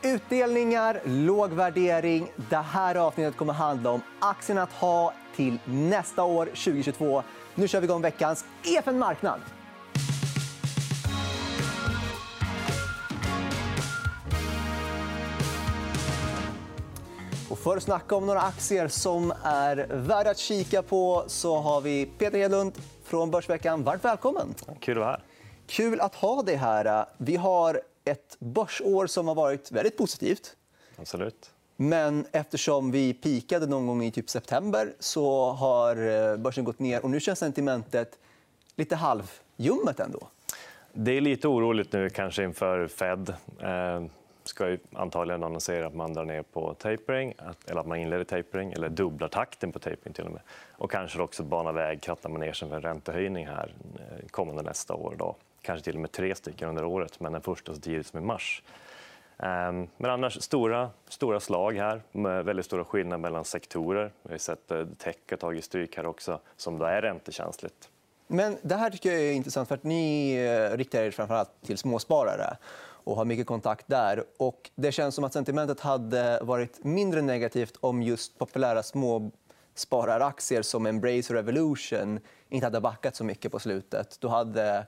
Utdelningar, låg värdering. Det här avsnittet kommer handla om aktien att ha till nästa år, 2022. Nu kör vi igång veckans EFN Marknad. Och för att snacka om några aktier som är värda att kika på så har vi Peter Hedlund från Börsveckan. Varmt välkommen. Kul att vara här. Kul att ha dig här. Vi har ett börsår som har varit väldigt positivt. Absolut. Men eftersom vi pikade någon gång i typ september så har börsen gått ner. Och nu känns sentimentet lite halvljummet ändå. Det är lite oroligt nu kanske inför Fed. Ska ju antagligen annonsera att man drar ner på tapering, eller att man inleder tapering eller dubblar takten på tapering till och med. Och kanske också bana väg, kratta manegen för en räntehöjning här kommande nästa år då. Kanske till och med 3 stycken under året, men den första så tidigt som i mars. Men annars stora slag här med väldigt stora skillnader mellan sektorer. Vi har sett tech har tagit stryk här också, som då är räntekänsligt. Men det här tycker jag är intressant för att ni riktar er framförallt till småsparare och har mycket kontakt där. Och det känns som att sentimentet hade varit mindre negativt om just populära småspararaktier som Embracer och Revolution inte hade backat så mycket på slutet. Då hade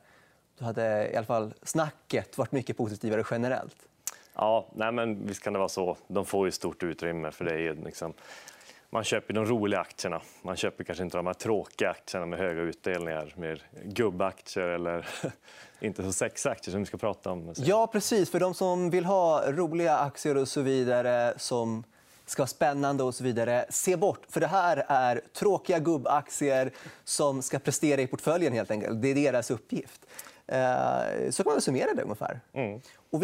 i alla fall snacket varit mycket positivare generellt. Ja, men visst kan det vara så. De får ju stort utrymme för det är ju liksom... Man köper de roliga aktierna. Man köper kanske inte de här tråkiga aktierna med höga utdelningar. Mer gubbaktier eller inte så sexaktier som vi ska prata om. Ja, precis. För de som vill ha roliga aktier och så vidare som ska vara spännande och så vidare. Se bort, för det här är tråkiga gubbaktier som ska prestera i portföljen helt enkelt. Det är deras uppgift. Så kan man summera det ungefär. Och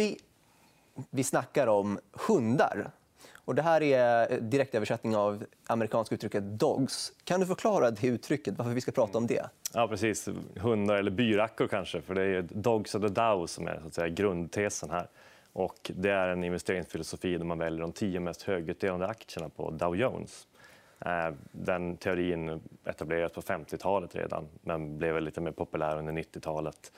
vi snackar om hundar. Och det här är direktöversättning av amerikanska uttrycket dogs. Kan du förklara det uttrycket, varför vi ska prata om det? Ja, precis. Hundar eller byrackor kanske. För det är dogs of the Dow som är så att säga, grundtesen här. Och det är en investeringsfilosofi där man väljer de 10 mest högutdelande aktierna på Dow Jones. Den teorin etablerades på 50-talet redan, men blev lite mer populär under 90-talet.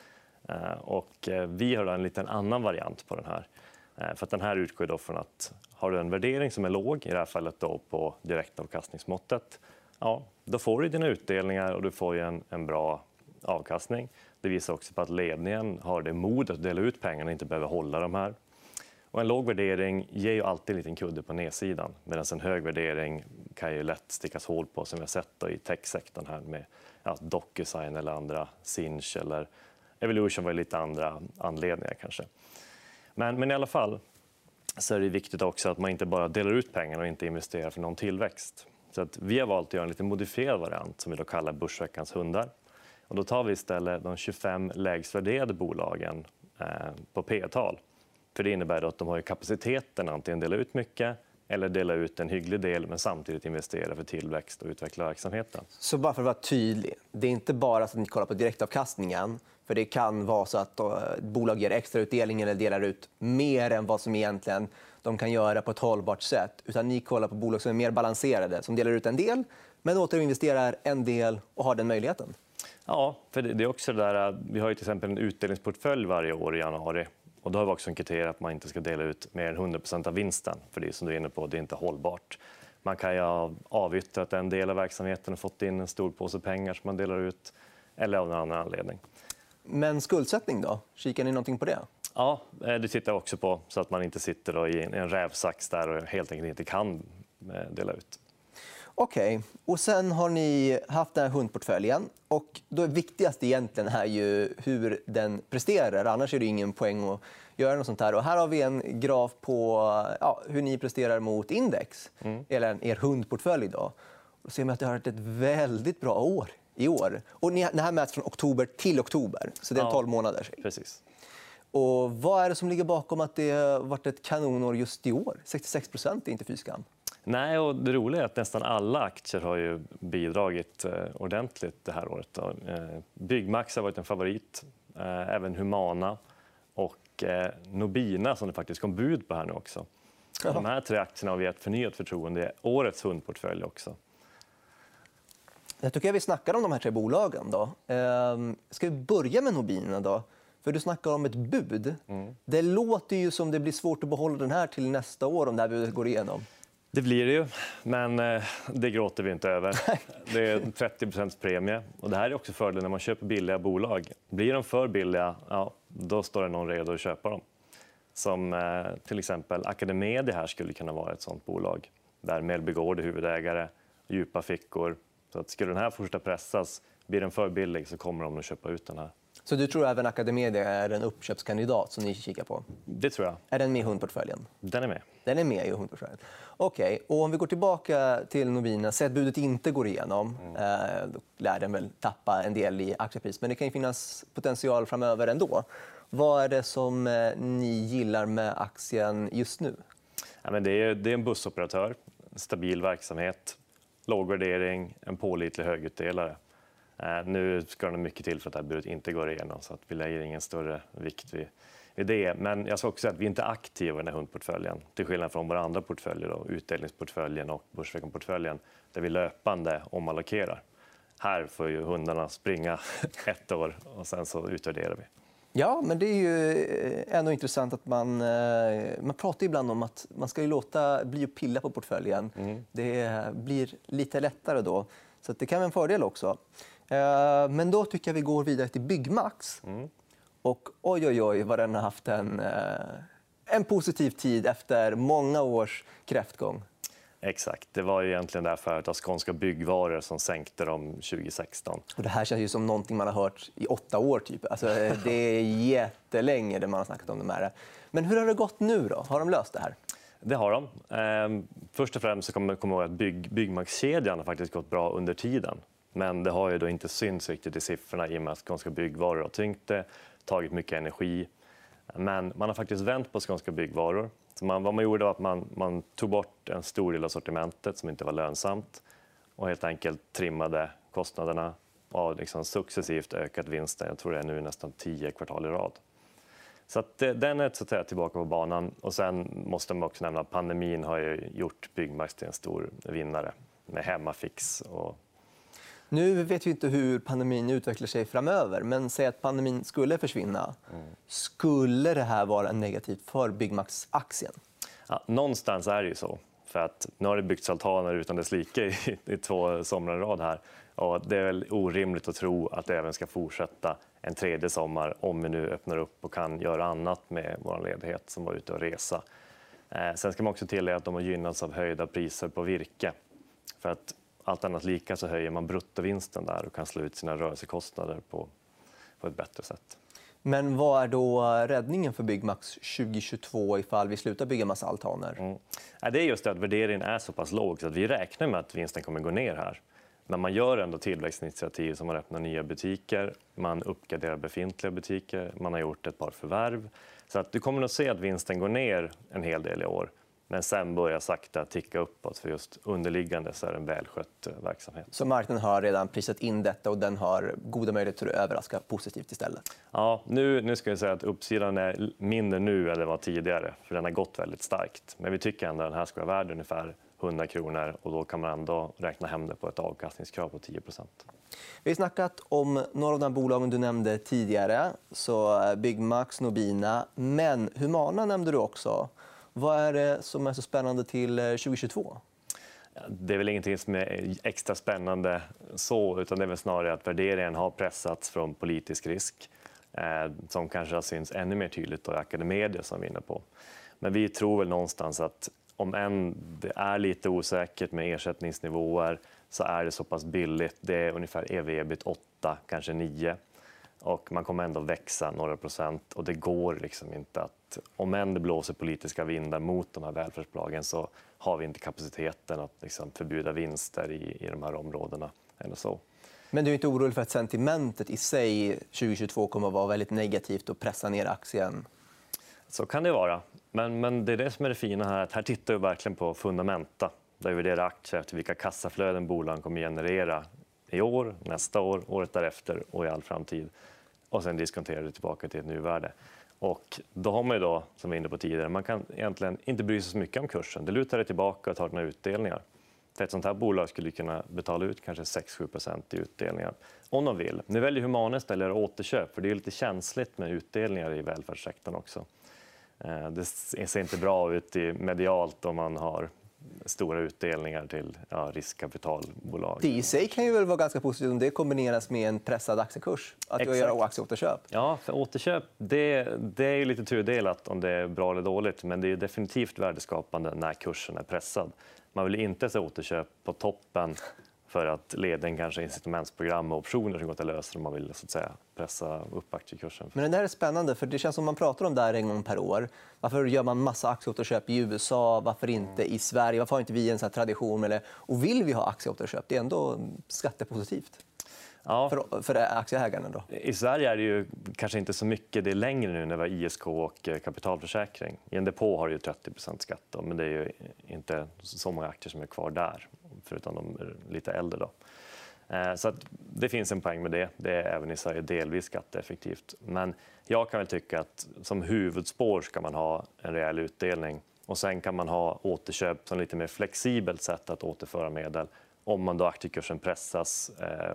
Och vi har en liten annan variant på den här. För att den här utgår då från att har du en värdering som är låg, i det här fallet då på direktavkastningsmåttet, ja, då får du dina utdelningar och du får ju en bra avkastning. Det visar också på att ledningen har det modet att dela ut pengarna och inte behöver hålla de här. Och en låg värdering ger ju alltid en liten kudde på nedsidan, medan en hög värdering kan ju lätt stickas hål på, som vi har sett då i techsektorn här med DocuSign eller andra, Sinch eller Evolution var ju lite andra anledningar kanske. Men i alla fall så är det viktigt också att man inte bara delar ut pengar och inte investerar för någon tillväxt. Så att vi har valt att göra en lite modifierad variant som vi då kallar Börsveckans hundar. Och då tar vi istället de 25 lägst värderade bolagen på P-tal. För det innebär då att de har kapaciteten att antingen dela ut mycket eller dela ut en hygglig del men samtidigt investera för tillväxt och utveckla verksamheten. Så bara för att vara tydlig, det är inte bara så att ni kollar på direktavkastningen. För det kan vara så att bolag ger extra utdelning eller delar ut mer än vad som egentligen de kan göra på ett hållbart sätt. Utan ni kollar på bolag som är mer balanserade, som delar ut en del men återinvesterar en del och har den möjligheten. Ja, för det är också det där. Vi har ju till exempel en utdelningsportfölj varje år i januari. Och då har vi också en kriterie att man inte ska dela ut mer än 100% av vinsten. För det som du är inne på, det är inte hållbart. Man kan ju ha avyttrat en del av verksamheten och fått in en stor påse pengar som man delar ut. Eller av någon annan anledning. Men skuldsättning då? Kikar ni någonting på det? Ja, det tittar jag också på. Så att man inte sitter då i en rävsax där och helt enkelt inte kan dela ut. Okej. Och sen har ni haft den här hundportföljen. Och det viktigaste egentligen är ju hur den presterar. Annars är det ingen poäng att göra något sånt här. Och här har vi en graf på hur ni presterar mot index. Eller er hundportfölj. Då ser man att det har varit ett väldigt bra år i år. Och det här mäts från oktober till oktober. Så det är 12 månader. Precis. Och vad är det som ligger bakom att det har varit ett kanonår just i år? 66% är inte fy skam. Nej, och det roliga är att nästan alla aktier har ju bidragit ordentligt det här året. Byggmax har varit en favorit, även Humana och Nobina som det faktiskt kom bud på här nu också. De här 3 aktierna har vi gett förnyat förtroende i årets hundportfölj också. Jag tycker vi snackar om de här 3 bolagen. Då. Ska vi börja med Nobina? Då? För du snackar om ett bud. Det låter ju som det blir svårt att behålla den här till nästa år om det här budet går igenom. Det blir det ju, men det gråter vi inte över. Det är 30% premie. Och det här är också fördelen när man köper billiga bolag. Blir de för billiga, ja, då står det någon redo att köpa dem. Som till exempel Academedia här skulle kunna vara ett sådant bolag. Där Mellby Gård är huvudägare, djupa fickor. Så att skulle den här fortsätta pressas, blir den för billig så kommer de att köpa ut den här. Så du tror även Academedia är en uppköpskandidat som ni kikar på? Det tror jag. Är den med i hundportföljen? Den är med. Den är med i hundportföljen. Okej, och om vi går tillbaka till Nobina, säg att budet inte går igenom. Då lär den väl tappa en del i aktiepris, men det kan ju finnas potential framöver ändå. Vad är det som ni gillar med aktien just nu? Ja, men det är en bussoperatör, stabil verksamhet, låg värdering, en pålitlig högutdelare. Nu ska det mycket till för att det här budet inte går igenom, så att vi lägger ingen större vikt vid det. Men jag ska också säga att vi inte är aktiva i den här hundportföljen, till skillnad från våra andra portföljer, då, utdelningsportföljen och Börsveckan-portföljen, där vi löpande omallokerar. Här får ju hundarna springa ett år och sen så utvärderar vi. Ja, men det är ju ändå intressant att man pratar ibland om att man ska ju låta bli att pilla på portföljen. Det blir lite lättare då, så att det kan vara en fördel också. Men då tycker jag vi går vidare till Byggmax. Och oj, vad den har haft en positiv tid efter många års kräftgång. Exakt. Det var ju egentligen därför att Skånska Byggvaror som sänkte dem 2016. Och det här känns ju som någonting man har hört i 8 år. Typ. Alltså, det är jättelänge det man har snackat om de här. Men hur har det gått nu då? Har de löst det här? Det har de. Först och främst så kommer man komma ihåg att Byggmaxkedjan har faktiskt gått bra under tiden. Men det har ju då inte synts riktigt i siffrorna i och med att Skånska Byggvaror har tyngt det, tagit mycket energi. Men man har faktiskt vänt på Skånska Byggvaror. Så vad man gjorde var att man tog bort en stor del av sortimentet som inte var lönsamt och helt enkelt trimmade kostnaderna och liksom successivt ökat vinsten. Jag tror det är nu nästan 10 kvartal i rad. Så att den är så att säga tillbaka på banan. Och sen måste man också nämna att pandemin har ju gjort Byggmax till en stor vinnare med Hemmafix. Och... Nu vet vi inte hur pandemin utvecklar sig framöver, men säg att pandemin skulle försvinna. Skulle det här vara negativt för Byggmax-aktien? Ja, någonstans är det ju så. För att nu har det byggts altaner utan dess like i 2 somrar i rad här. Och det är väl orimligt att tro att det även ska fortsätta en tredje sommar om vi nu öppnar upp och kan göra annat med vår ledighet som var ute och resa. Sen ska man också tillägga att de har gynnats av höjda priser på virke. För att allt annat lika så höjer man bruttovinsten där och kan slå ut sina rörelsekostnader på ett bättre sätt. Men vad är då räddningen för Byggmax 2022 ifall vi slutar bygga massa altaner? Det är just det att värderingen är så pass låg så att vi räknar med att vinsten kommer gå ner här. Men man gör ändå tillväxtinitiativ som man öppnar nya butiker, man uppgraderar befintliga butiker, man har gjort ett par förvärv. Så att du kommer att se att vinsten går ner en hel del i år. Men sen börjar sakta ticka uppåt, för just underliggande så är det en välskött verksamhet. Så marknaden har redan prisat in detta och den har goda möjligheter att överraska positivt istället? Ja, nu ska jag säga att uppsidan är mindre nu än det var tidigare, för den har gått väldigt starkt. Men vi tycker ändå att den här ska vara värd ungefär 100 kronor och då kan man ändå räkna hem det på ett avkastningskrav på 10%. Vi har snackat om några av de bolagen du nämnde tidigare, så Byggmax, Nobina, men Humana nämnde du också. Vad är det som är så spännande till 2022? Det är väl ingenting som är extra spännande så, utan det är väl snarare att värderingen har pressats från politisk risk som kanske har synts ännu mer tydligt i Academedia som vi är inne på. Men vi tror väl någonstans att om än det är lite osäkert med ersättningsnivåer så är det så pass billigt. Det är ungefär EV/EBIT 8, kanske 9. Och man kommer ändå växa några procent och det går liksom inte att, om än det blåser politiska vindar mot de här välfärdsbolagen så har vi inte kapaciteten att liksom förbjuda vinster i de här områdena eller så. Men du är inte orolig för att sentimentet i sig 2022 kommer att vara väldigt negativt och pressa ner aktien? Så kan det vara. Men det är det som är det fina här, att här tittar vi verkligen på fundamenta. Där vi värderar aktier efter vilka kassaflöden bolagen kommer generera i år, nästa år, året därefter och i all framtid. Och sen diskonterar det tillbaka till ett nuvärde. Och då har man ju då, som vi var inne på tidigare, man kan egentligen inte bry sig så mycket om kursen. Det lutar det tillbaka och tar några utdelningar. För ett sånt här bolag skulle kunna betala ut kanske 6-7% i utdelningar om de vill. Nu väljer Humana istället återköp, för det är lite känsligt med utdelningar i välfärdssektorn också. Det ser inte bra ut medialt om man har stora utdelningar till riskkapitalbolag. Det i sig kan ju väl vara ganska positivt om det kombineras med en pressad aktiekurs, att göra aktieåterköp. Ja, för återköp det är ju lite tudelat om det är bra eller dåligt, men det är definitivt värdeskapande när kursen är pressad. Man vill inte se återköp på toppen för att ledningen kanske incitamentsprogram och optioner som går att lösa om man vill så att säga pressa upp aktiekursen. Men det där är spännande, för det känns som man pratar om det här en gång per år. Varför gör man massa aktieåterköp i USA? Varför inte i Sverige? Varför har inte vi en sån här tradition? Och vill vi ha aktieåterköp? Det är ändå skattepositivt. Ja. För aktieägarna då? I Sverige är det ju kanske inte så mycket. Det är längre nu när vi har ISK och kapitalförsäkring. I en depå har du ju 30% skatt då, men det är ju inte så många aktier som är kvar där, förutom de är lite äldre. Då. Så att det finns en poäng med det. Det är även i Sverige delvis skatteeffektivt. Men jag kan väl tycka att som huvudspår ska man ha en rejäl utdelning. Och sen kan man ha återköp som lite mer flexibelt sätt att återföra medel om man då aktiekursen pressas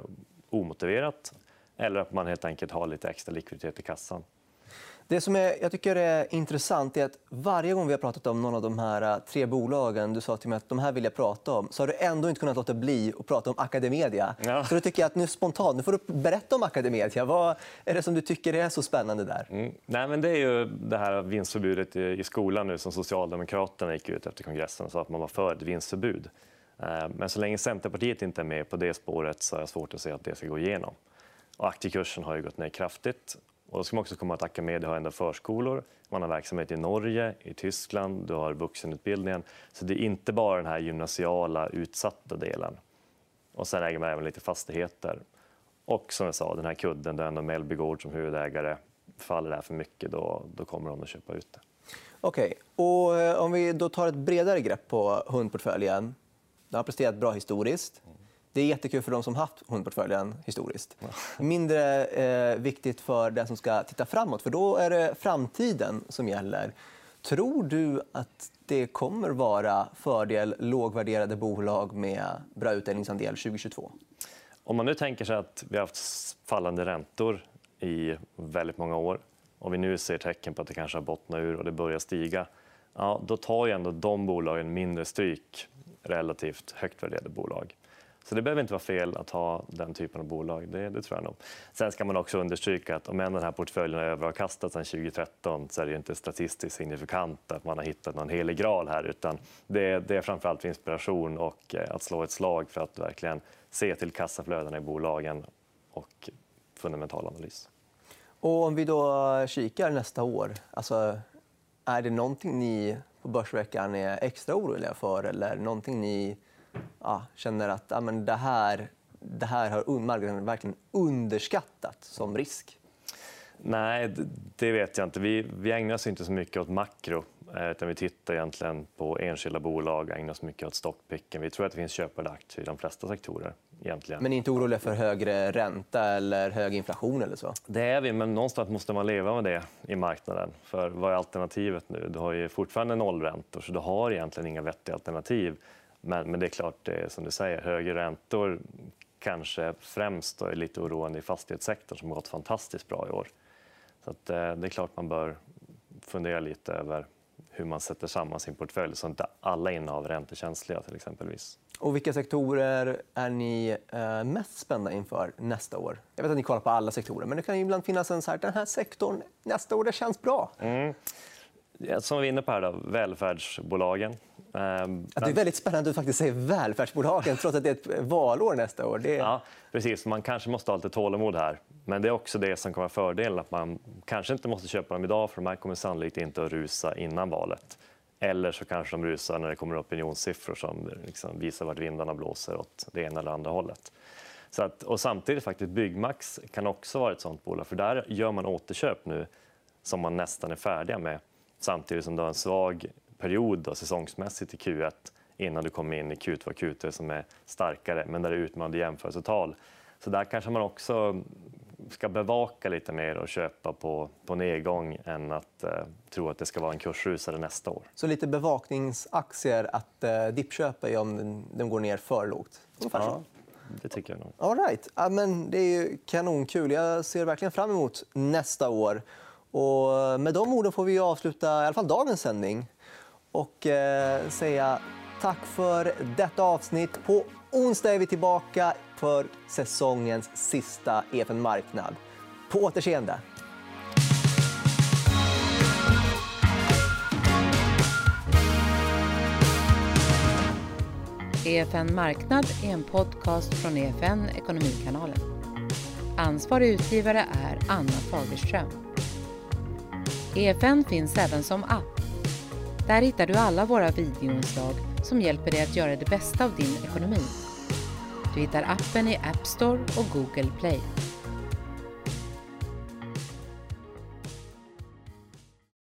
omotiverat eller att man helt enkelt har lite extra likviditet i kassan. Det som jag tycker är intressant är att varje gång vi har pratat om någon av de här 3 bolagen, du sa till mig att de här vill jag prata om, så har du ändå inte kunnat låta bli att prata om Academedia. Ja. Så då tycker jag att nu spontant, nu får du berätta om Academedia. Vad är det som du tycker är så spännande där? Nej, men det är ju det här vinstförbudet i skolan nu som Socialdemokraterna gick ut efter kongressen och sa att man var för ett vinstförbud. Men så länge Centerpartiet inte är med på det spåret så är det svårt att se att det ska gå igenom. Och aktiekursen har ju gått ner kraftigt. Och då ska man också komma att Academedia har ändå förskolor. Man har verksamhet i Norge, i Tyskland, du har vuxenutbildningen. Så det är inte bara den här gymnasiala utsatta delen. Och sen äger man även lite fastigheter. Och som jag sa, den här kudden där ändå Mellby Gård som huvudägare, faller det här för mycket då kommer de att köpa ut det. Okej, och om vi då tar ett bredare grepp på hundportföljen. Den har presterat bra historiskt. Det är jättekul för de som haft hundportföljen historiskt. Mindre viktigt för den som ska titta framåt, för då är det framtiden som gäller. Tror du att det kommer vara fördel lågvärderade bolag med bra utdelningsandel 2022? Om man nu tänker sig att vi har haft fallande räntor i väldigt många år och vi nu ser tecken på att det kanske har bottnat ur och det börjar stiga, ja, då tar ju ändå de bolagen mindre stryk relativt högt värderade bolag. Så det behöver inte vara fel att ha den typen av bolag. Det tror jag nog. Sen ska man också understryka att om den här portföljen är överavkastad sedan 2013 så är det inte statistiskt signifikant att man har hittat någon helig graal här, utan det är framförallt för inspiration och att slå ett slag för att verkligen se till kassaflödena i bolagen och fundamental analys. Och om vi då kikar nästa år, alltså, är det någonting ni på Börsveckan är extra oroliga för eller någonting ni känner att det här har marknaden verkligen underskattat som risk? Nej, det vet jag inte. Vi ägnar oss inte så mycket åt makro, utan vi tittar egentligen på enskilda bolag, ägnar oss mycket åt stockpicken. Vi tror att det finns köpade aktier i de flesta sektorer egentligen. Men inte oroliga för högre ränta eller hög inflation eller så? Det är vi, men någonstans måste man leva med det i marknaden. För vad är alternativet nu? Du har ju fortfarande nollräntor, så du har egentligen inga vettiga alternativ. Men det är klart, det är, som du säger, högre räntor kanske främst är lite oroande i fastighetssektorn som har gått fantastiskt bra i år. Så att, det är klart man bör fundera lite över hur man sätter samman sin portfölj så att inte alla innehav är räntekänsliga till exempelvis. Och vilka sektorer är ni mest spända inför nästa år? Jag vet att ni kollar på alla sektorer, men det kan ju ibland finnas en så här, den här sektorn nästa år, det känns bra. Som vi är inne på här då, välfärdsbolagen. Det är väldigt spännande att du faktiskt säger välfärdsbolagen trots att det är ett valår nästa år. Ja, precis. Man kanske måste ha lite tålamod här. Men det är också det som kan vara fördelen. Att man kanske inte måste köpa dem idag, för de här kommer sannolikt inte att rusa innan valet. Eller så kanske de rusar när det kommer opinionssiffror som liksom visar vart vindarna blåser åt det ena eller andra hållet. Så att, och samtidigt faktiskt Byggmax kan också vara ett sånt bolag. För där gör man återköp nu som man nästan är färdiga med. Samtidigt som du har en svag period då, säsongsmässigt i Q1 innan du kommer in i Q2 och Q3 som är starkare, men där det är utmanande jämförelsetal. Så där kanske man också ska bevaka lite mer och köpa på nedgång än att tro att det ska vara en kursrusare nästa år. Så lite bevakningsaktier att dippköpa i om den går ner för lågt? Ungefär så. Det tycker jag nog. All right. Ja, men det är ju kanonkul. Jag ser verkligen fram emot nästa år. Och med de orden får vi avsluta i alla fall dagens sändning och säga tack för detta avsnitt. På onsdag är vi tillbaka för säsongens sista EFN Marknad. På återseende! EFN Marknad är en podcast från EFN Ekonomikanalen. Ansvarig utgivare är Anna Fagerström. EFN finns även som app. Där hittar du alla våra videoinslag som hjälper dig att göra det bästa av din ekonomi. Du hittar appen i App Store och Google Play.